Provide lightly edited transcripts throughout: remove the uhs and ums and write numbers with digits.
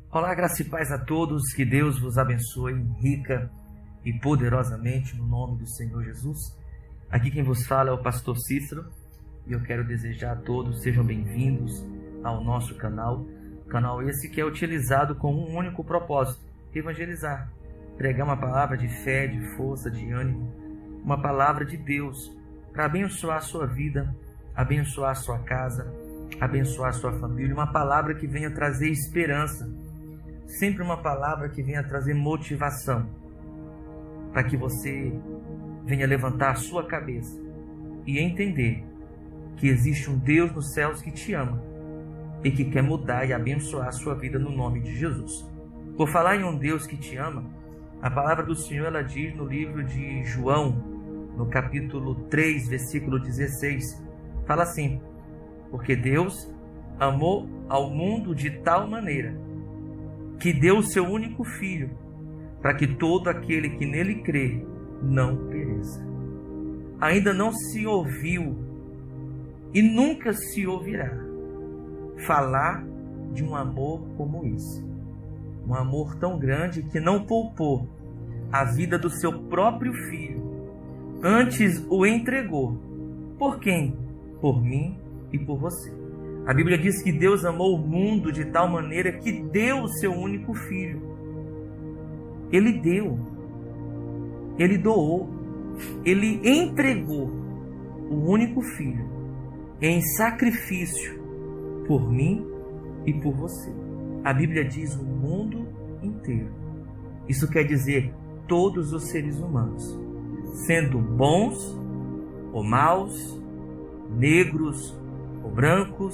Olá, graça e paz a todos, que Deus vos abençoe rica e poderosamente no nome do Senhor Jesus. Aqui quem vos fala é o pastor Cícero e eu quero desejar a todos sejam bem-vindos ao nosso canal esse que é utilizado com um único propósito: evangelizar, pregar uma palavra de fé, de força, de ânimo, uma palavra de Deus para abençoar a sua vida, abençoar a sua casa, abençoar a sua família, uma palavra que venha trazer esperança, sempre uma palavra que venha trazer motivação, para que você venha levantar a sua cabeça e entender que existe um Deus nos céus que te ama e que quer mudar e abençoar a sua vida no nome de Jesus. Por falar em um Deus que te ama, a palavra do Senhor ela diz no livro de João, no capítulo 3, versículo 16, fala assim: porque Deus amou ao mundo de tal maneira que deu o seu único Filho, para que todo aquele que nele crê não pereça. Ainda não se ouviu e nunca se ouvirá falar de um amor como esse. Um amor tão grande que não poupou a vida do seu próprio Filho, antes o entregou. Por quem? Por mim e por você. A Bíblia diz que Deus amou o mundo de tal maneira que deu o seu único Filho. Ele deu, Ele doou, Ele entregou o único Filho em sacrifício por mim e por você. A Bíblia diz o mundo inteiro. Isso quer dizer todos os seres humanos, sendo bons ou maus, negros ou brancos,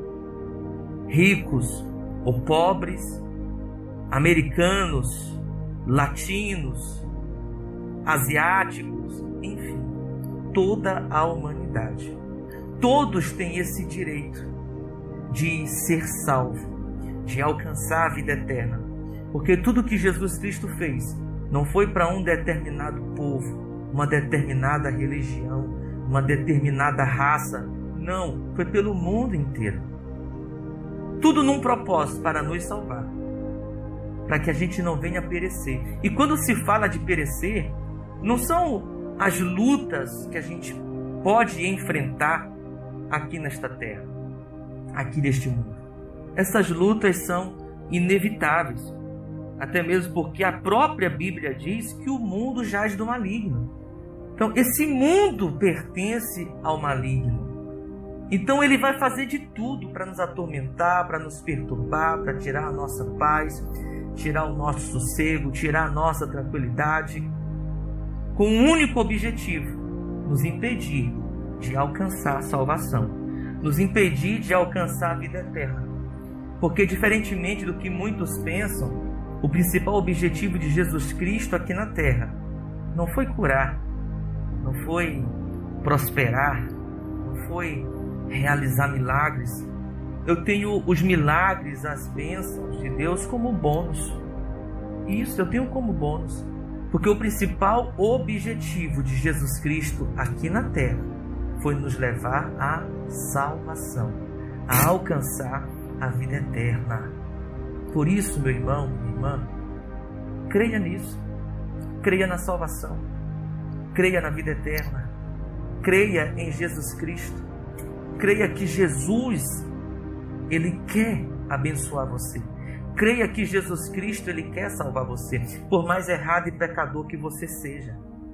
ricos ou pobres, americanos, latinos, asiáticos, enfim, toda a humanidade. Todos têm esse direito de ser salvo, de alcançar a vida eterna, porque tudo que Jesus Cristo fez não foi para um determinado povo, uma determinada religião, uma determinada raça. Não, foi pelo mundo inteiro. Tudo num propósito para nos salvar, para que a gente não venha perecer. E quando se fala de perecer, não são as lutas que a gente pode enfrentar aqui nesta terra, aqui neste mundo. Essas lutas são inevitáveis, até mesmo porque a própria Bíblia diz que o mundo jaz do maligno. Então, esse mundo pertence ao maligno. Então ele vai fazer de tudo para nos atormentar, para nos perturbar, para tirar a nossa paz, tirar o nosso sossego, tirar a nossa tranquilidade, com um único objetivo: nos impedir de alcançar a salvação, nos impedir de alcançar a vida eterna. Porque diferentemente do que muitos pensam, o principal objetivo de Jesus Cristo aqui na terra não foi curar, não foi prosperar, não foi realizar milagres. Eu tenho os milagres, as bênçãos de Deus como bônus. Isso eu tenho como bônus, porque o principal objetivo de Jesus Cristo aqui na terra foi nos levar à salvação, a alcançar a vida eterna. Por isso, meu irmão, minha irmã, creia nisso, creia na salvação, creia na vida eterna, creia em Jesus Cristo. Creia que Jesus, Ele quer abençoar você. Creia que Jesus Cristo, Ele quer salvar você, por mais errado e pecador que você seja.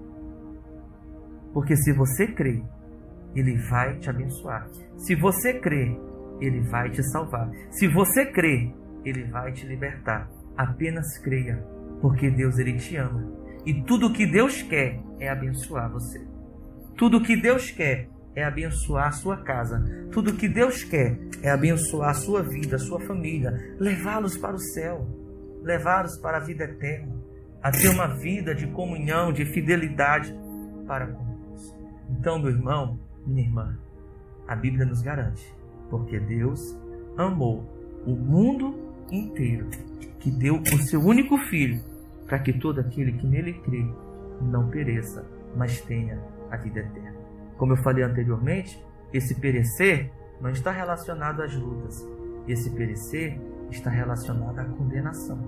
Porque se você crê, Ele vai te abençoar. Se você crê, Ele vai te salvar. Se você crê, Ele vai te libertar. Apenas creia, porque Deus, Ele te ama. E tudo que Deus quer é abençoar você. Tudo que Deus quer é abençoar a sua casa. Tudo que Deus quer é abençoar a sua vida, a sua família, levá-los para o céu, levá-los para a vida eterna, a ter uma vida de comunhão, de fidelidade para com Deus. Então, meu irmão, minha irmã, a Bíblia nos garante, porque Deus amou o mundo inteiro, que deu o seu único Filho, para que todo aquele que nele crê não pereça, mas tenha a vida eterna. Como eu falei anteriormente, esse perecer não está relacionado às lutas. Esse perecer está relacionada à condenação.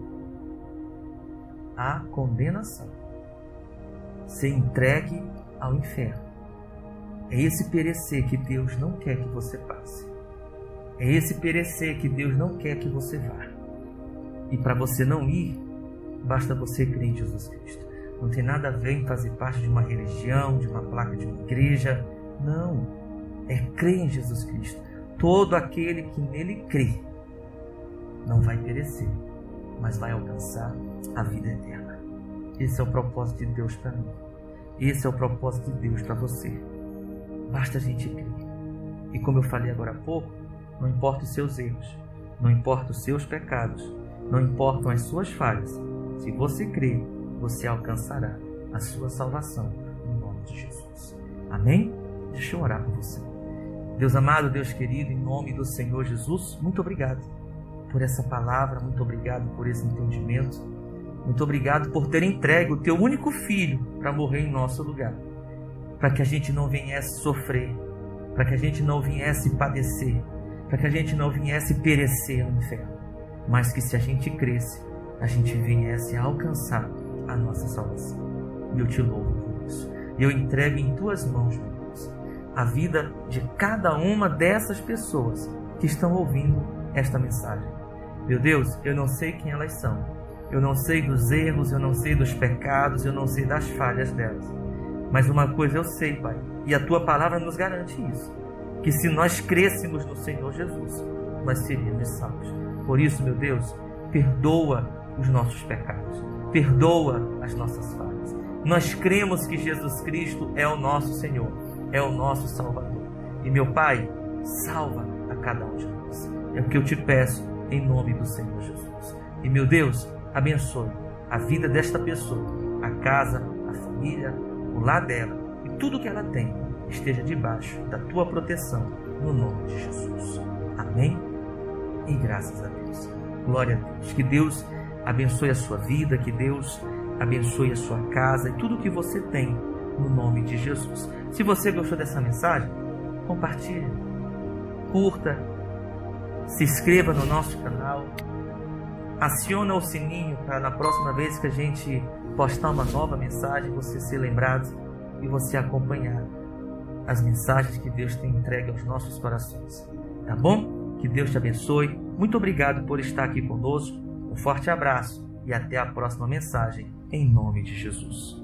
A condenação. Ser entregue ao inferno. É esse perecer que Deus não quer que você passe. É esse perecer que Deus não quer que você vá. E para você não ir, basta você crer em Jesus Cristo. Não tem nada a ver em fazer parte de uma religião, de uma placa de uma igreja. Não. É crer em Jesus Cristo. Todo aquele que nele crê não vai perecer, mas vai alcançar a vida eterna. Esse é o propósito de Deus para mim. Esse é o propósito de Deus para você. Basta a gente crer. E como eu falei agora há pouco, não importa os seus erros, não importa os seus pecados, não importam as suas falhas. Se você crer, você alcançará a sua salvação no nome de Jesus. Amém? Deixa eu orar por você. Deus amado, Deus querido, em nome do Senhor Jesus, muito obrigado por essa palavra, muito obrigado por esse entendimento, muito obrigado por ter entregue o teu único filho para morrer em nosso lugar, para que a gente não viesse sofrer, para que a gente não viesse padecer, para que a gente não viesse perecer no inferno, mas que se a gente cresce, a gente viesse a alcançar a nossa salvação. E eu te louvo por isso. E eu entrego em tuas mãos, meu Deus, a vida de cada uma dessas pessoas que estão ouvindo esta mensagem. Meu Deus, eu não sei quem elas são. Eu não sei dos erros, eu não sei dos pecados, eu não sei das falhas delas. Mas uma coisa eu sei, Pai, e a Tua palavra nos garante isso, que se nós crêssemos no Senhor Jesus, nós seríamos salvos. Por isso, meu Deus, perdoa os nossos pecados, perdoa as nossas falhas. Nós cremos que Jesus Cristo é o nosso Senhor, é o nosso Salvador. E, meu Pai, salva a cada um de nós. É o que eu te peço em nome do Senhor Jesus. E, meu Deus, abençoe a vida desta pessoa, a casa, a família, o lar dela e tudo que ela tem esteja debaixo da Tua proteção, no nome de Jesus. Amém? E graças a Deus. Glória a Deus. Que Deus abençoe a sua vida, que Deus abençoe a sua casa e tudo que você tem, no nome de Jesus. Se você gostou dessa mensagem, compartilhe, curta, se inscreva no nosso canal, aciona o sininho para na próxima vez que a gente postar uma nova mensagem, você ser lembrado e você acompanhar as mensagens que Deus tem entregue aos nossos corações. Tá bom? Que Deus te abençoe. Muito obrigado por estar aqui conosco. Um forte abraço e até a próxima mensagem, em nome de Jesus.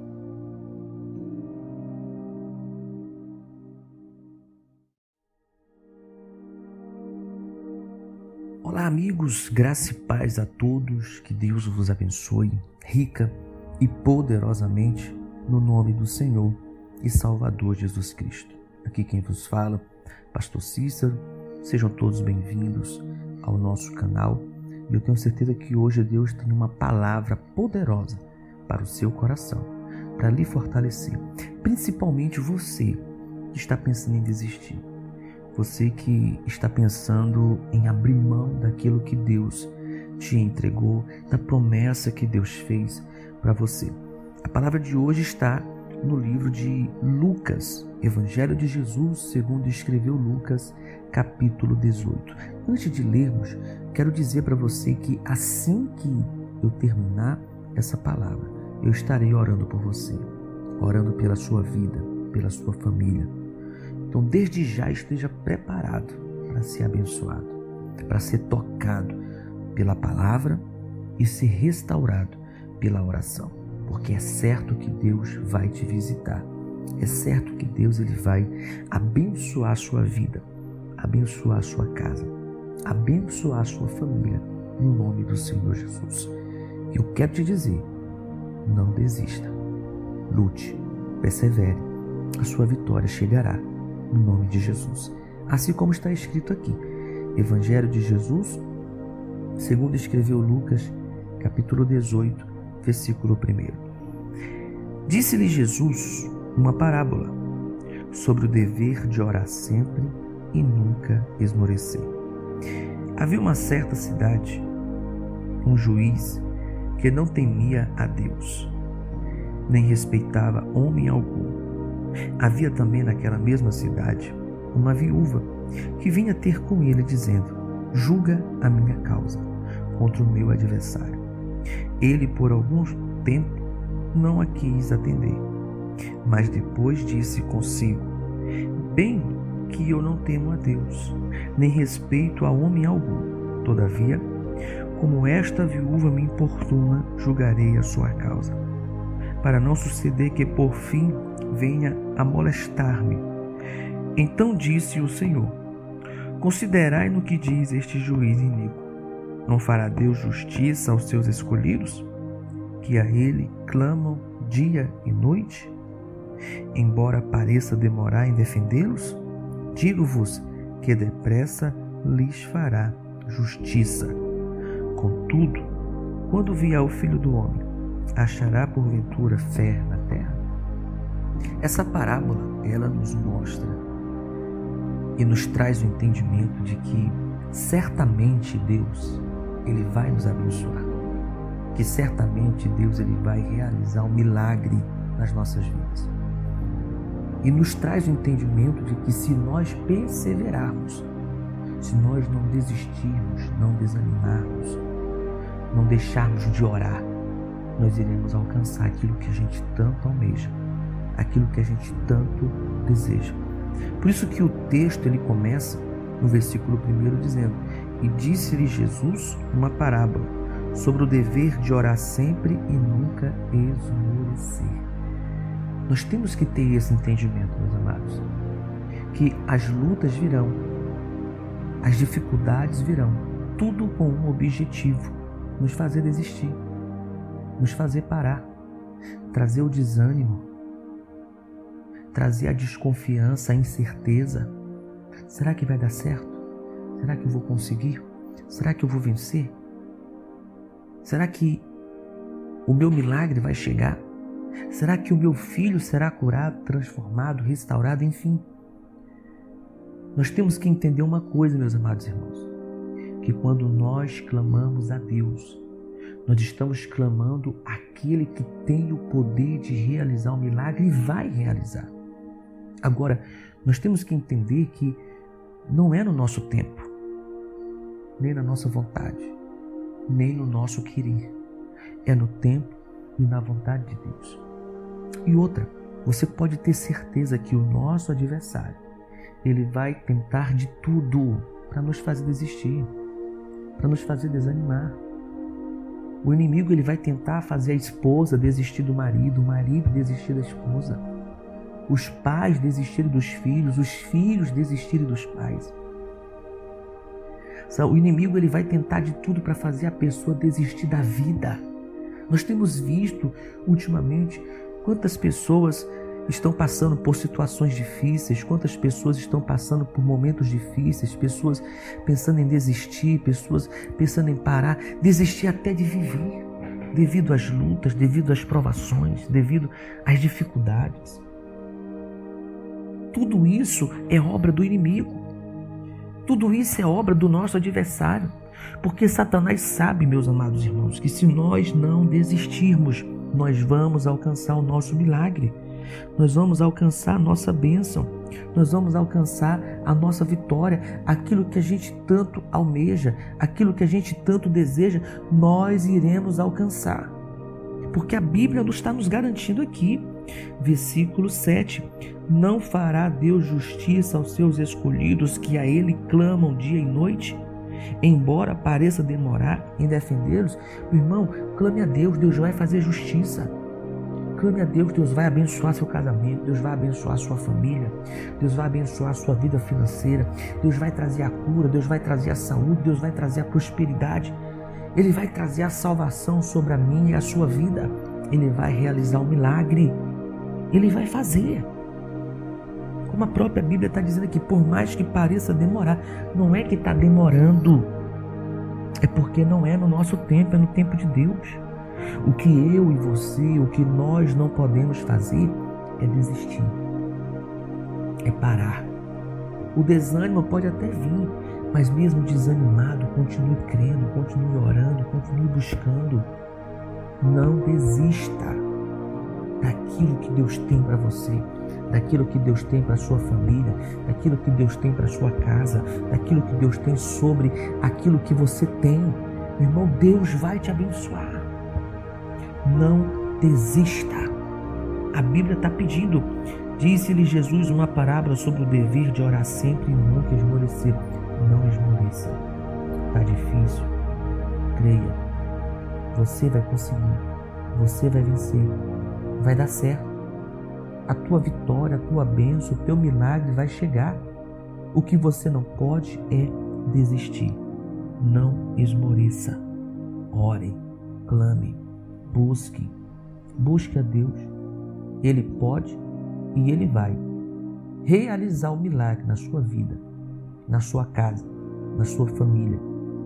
Olá, amigos, graça e paz a todos, que Deus vos abençoe rica e poderosamente no nome do Senhor e Salvador Jesus Cristo. Aqui quem vos fala, Pastor Cícero. Sejam todos bem-vindos ao nosso canal e eu tenho certeza que hoje Deus tem uma palavra poderosa para o seu coração, para lhe fortalecer, principalmente você que está pensando em desistir. Você que está pensando em abrir mão daquilo que Deus te entregou, da promessa que Deus fez para você. A palavra de hoje está no livro de Lucas, Evangelho de Jesus, segundo escreveu Lucas, capítulo 18. Antes de lermos, quero dizer para você que assim que eu terminar essa palavra, eu estarei orando por você, orando pela sua vida, pela sua família. Então, desde já esteja preparado para ser abençoado, para ser tocado pela palavra e ser restaurado pela oração. Porque é certo que Deus vai te visitar. É certo que Deus ele vai abençoar a sua vida, abençoar a sua casa, abençoar a sua família, no nome do Senhor Jesus. E eu quero te dizer, não desista. Lute, persevere, a sua vitória chegará. No nome de Jesus. Assim como está escrito aqui, Evangelho de Jesus, segundo escreveu Lucas, capítulo 18, versículo 1. Disse-lhe Jesus uma parábola sobre o dever de orar sempre e nunca esmorecer. Havia uma certa cidade, um juiz que não temia a Deus, nem respeitava homem algum. Havia também naquela mesma cidade uma viúva que vinha ter com ele dizendo: julga a minha causa. contra o meu adversário. Ele, por algum tempo, não a quis atender, mas depois disse consigo: bem que eu não temo a Deus, nem respeito a homem algum. Todavia, como esta viúva me importuna, julgarei a sua causa, para não suceder que por fim venha a molestar-me. Então disse o Senhor: considerai no que diz este juiz iníquo. Não fará Deus justiça aos seus escolhidos, que a Ele clamam dia e noite? Embora pareça demorar em defendê-los, digo-vos que depressa lhes fará justiça. Contudo, quando vier o Filho do Homem, achará porventura fé na terra? Essa parábola, ela nos mostra e nos traz o entendimento de que certamente Deus, Ele vai nos abençoar, que certamente Deus, Ele vai realizar um milagre nas nossas vidas. E nos traz o entendimento de que se nós perseverarmos, se nós não desistirmos, não desanimarmos, não deixarmos de orar, nós iremos alcançar aquilo que a gente tanto almeja, aquilo que a gente tanto deseja. Por isso que o texto ele começa no versículo 1 dizendo: e disse-lhe Jesus uma parábola sobre o dever de orar sempre e nunca esmorecer. Nós temos que ter esse entendimento, meus amados, que as lutas virão, as dificuldades virão, tudo com um objetivo: nos fazer desistir, nos fazer parar, trazer o desânimo, trazer a desconfiança, a incerteza. Será que vai dar certo? Será que eu vou conseguir? Será que eu vou vencer? Será que o meu milagre vai chegar? Será que o meu filho será curado, transformado, restaurado? Enfim, nós temos que entender uma coisa, meus amados irmãos, que quando nós clamamos a Deus, nós estamos clamando aquele que tem o poder de realizar o milagre e vai realizar. Agora, nós temos que entender que não é no nosso tempo, nem na nossa vontade, nem no nosso querer. É no tempo e na vontade de Deus. E outra, você pode ter certeza que o nosso adversário, ele vai tentar de tudo para nos fazer desistir, para nos fazer desanimar. O inimigo, ele vai tentar fazer a esposa desistir do marido, o marido desistir da esposa, os pais desistirem dos filhos, os filhos desistirem dos pais. O inimigo, ele vai tentar de tudo para fazer a pessoa desistir da vida. Nós temos visto ultimamente quantas pessoas estão passando por situações difíceis, quantas pessoas estão passando por momentos difíceis, pessoas pensando em desistir, pessoas pensando em parar, desistir até de viver, devido às lutas, devido às provações, devido às dificuldades. Tudo isso é obra do inimigo. Tudo isso é obra do nosso adversário. Porque Satanás sabe, meus amados irmãos, que se nós não desistirmos, nós vamos alcançar o nosso milagre. Nós vamos alcançar a nossa bênção. Nós vamos alcançar a nossa vitória. Aquilo que a gente tanto almeja, aquilo que a gente tanto deseja, nós iremos alcançar. Porque a Bíblia está nos garantindo aqui. Versículo 7. Não fará Deus justiça aos seus escolhidos que a Ele clamam dia e noite? Embora pareça demorar em defendê-los, meu irmão, clame a Deus, Deus vai fazer justiça. Clame a Deus, Deus vai abençoar seu casamento, Deus vai abençoar sua família, Deus vai abençoar sua vida financeira, Deus vai trazer a cura, Deus vai trazer a saúde, Deus vai trazer a prosperidade, Ele vai trazer a salvação sobre a minha e a sua vida, Ele vai realizar um milagre, Ele vai fazer. Como a própria Bíblia está dizendo aqui, por mais que pareça demorar, não é que está demorando, é porque não é no nosso tempo, é no tempo de Deus. O que eu e você, o que nós não podemos fazer é desistir, é parar. O desânimo pode até vir, mas mesmo desanimado, continue crendo, continue orando, continue buscando. Não desista daquilo que Deus tem para você, daquilo que Deus tem para a sua família, daquilo que Deus tem para a sua casa, daquilo que Deus tem sobre aquilo que você tem. Meu irmão, Deus vai te abençoar. Não desista. A Bíblia está pedindo. Disse-lhe Jesus uma parábola sobre o dever de orar sempre e nunca esmorecer. Não esmoreça. Está difícil. Creia. Você vai conseguir. Você vai vencer. Vai dar certo. A tua vitória, a tua bênção, o teu milagre vai chegar. O que você não pode é desistir. Não esmoreça. Ore, clame, busque. Busque a Deus. Ele pode e Ele vai realizar o milagre na sua vida, na sua casa, na sua família.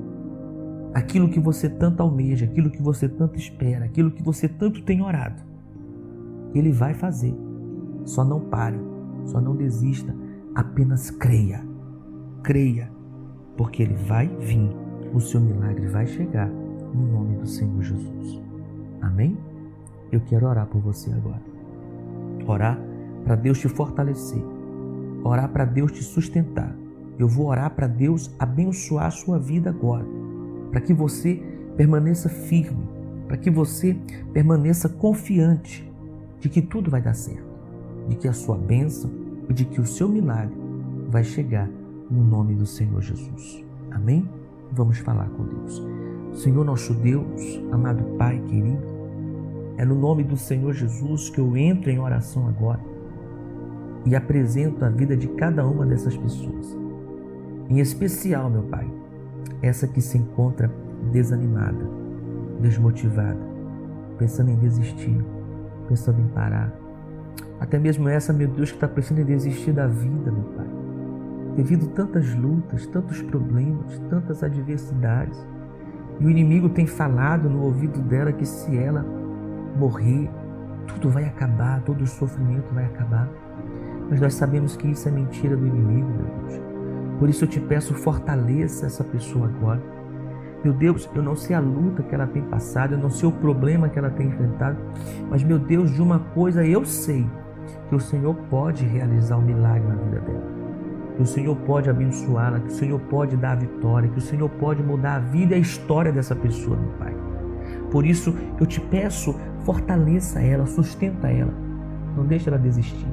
Aquilo que você tanto almeja, aquilo que você tanto espera, aquilo que você tanto tem orado, Ele vai fazer. Só não pare, só não desista, apenas creia. Creia, porque Ele vai vir, o seu milagre vai chegar, no nome do Senhor Jesus. Amém? Eu quero orar por você agora. Orar para Deus te fortalecer. Orar para Deus te sustentar. Eu vou orar para Deus abençoar a sua vida agora, para que você permaneça firme, para que você permaneça confiante de que tudo vai dar certo, de que a sua bênção e de que o seu milagre vai chegar no nome do Senhor Jesus. Amém? Vamos falar com Deus. Senhor nosso Deus, amado Pai querido, é no nome do Senhor Jesus que eu entro em oração agora e apresento a vida de cada uma dessas pessoas. Em especial, meu Pai, essa que se encontra desanimada, desmotivada, pensando em desistir, pensando em parar. Até mesmo essa, meu Deus, que está pensando em desistir da vida, meu Pai. Devido a tantas lutas, tantos problemas, tantas adversidades. E o inimigo tem falado no ouvido dela que se ela morrer, tudo vai acabar, todo o sofrimento vai acabar. Mas nós sabemos que isso é mentira do inimigo, meu Deus. Por isso eu te peço, fortaleça essa pessoa agora. Meu Deus, eu não sei a luta que ela tem passado, eu não sei o problema que ela tem enfrentado, mas, meu Deus, de uma coisa eu sei, que o Senhor pode realizar um milagre na vida dela, que o Senhor pode abençoá-la, que o Senhor pode dar a vitória, que o Senhor pode mudar a vida e a história dessa pessoa, meu Pai. Por isso eu te peço, fortaleça ela, sustenta ela, não deixe ela desistir.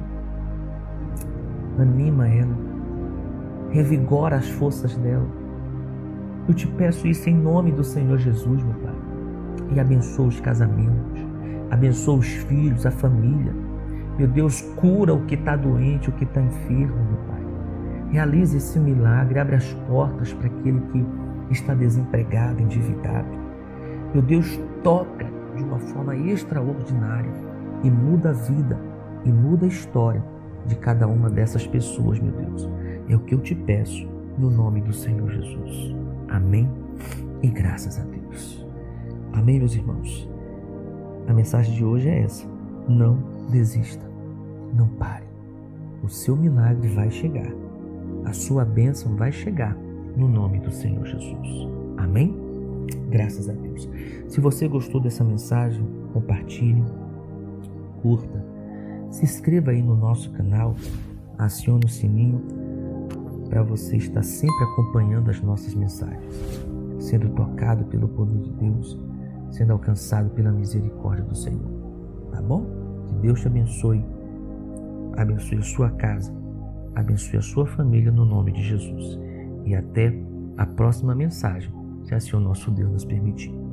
Anima ela, revigora as forças dela. Eu te peço isso em nome do Senhor Jesus, meu Pai. E abençoa os casamentos, abençoa os filhos, a família. Meu Deus, cura o que está doente, o que está enfermo, meu Pai. Realize esse milagre, abre as portas para aquele que está desempregado, endividado. Meu Deus, toca de uma forma extraordinária e muda a vida e muda a história de cada uma dessas pessoas, meu Deus. É o que eu te peço no nome do Senhor Jesus. Amém e graças a Deus. Amém, meus irmãos. A mensagem de hoje é essa. Não desista. Não pare. O seu milagre vai chegar. A sua bênção vai chegar no nome do Senhor Jesus. Amém? Graças a Deus. Se você gostou dessa mensagem, compartilhe, curta, se inscreva aí no nosso canal, acione o sininho para você estar sempre acompanhando as nossas mensagens, sendo tocado pelo poder de Deus, sendo alcançado pela misericórdia do Senhor. Tá bom? Que Deus te abençoe, abençoe a sua casa, abençoe a sua família no nome de Jesus. E até a próxima mensagem, se assim o nosso Deus nos permitir.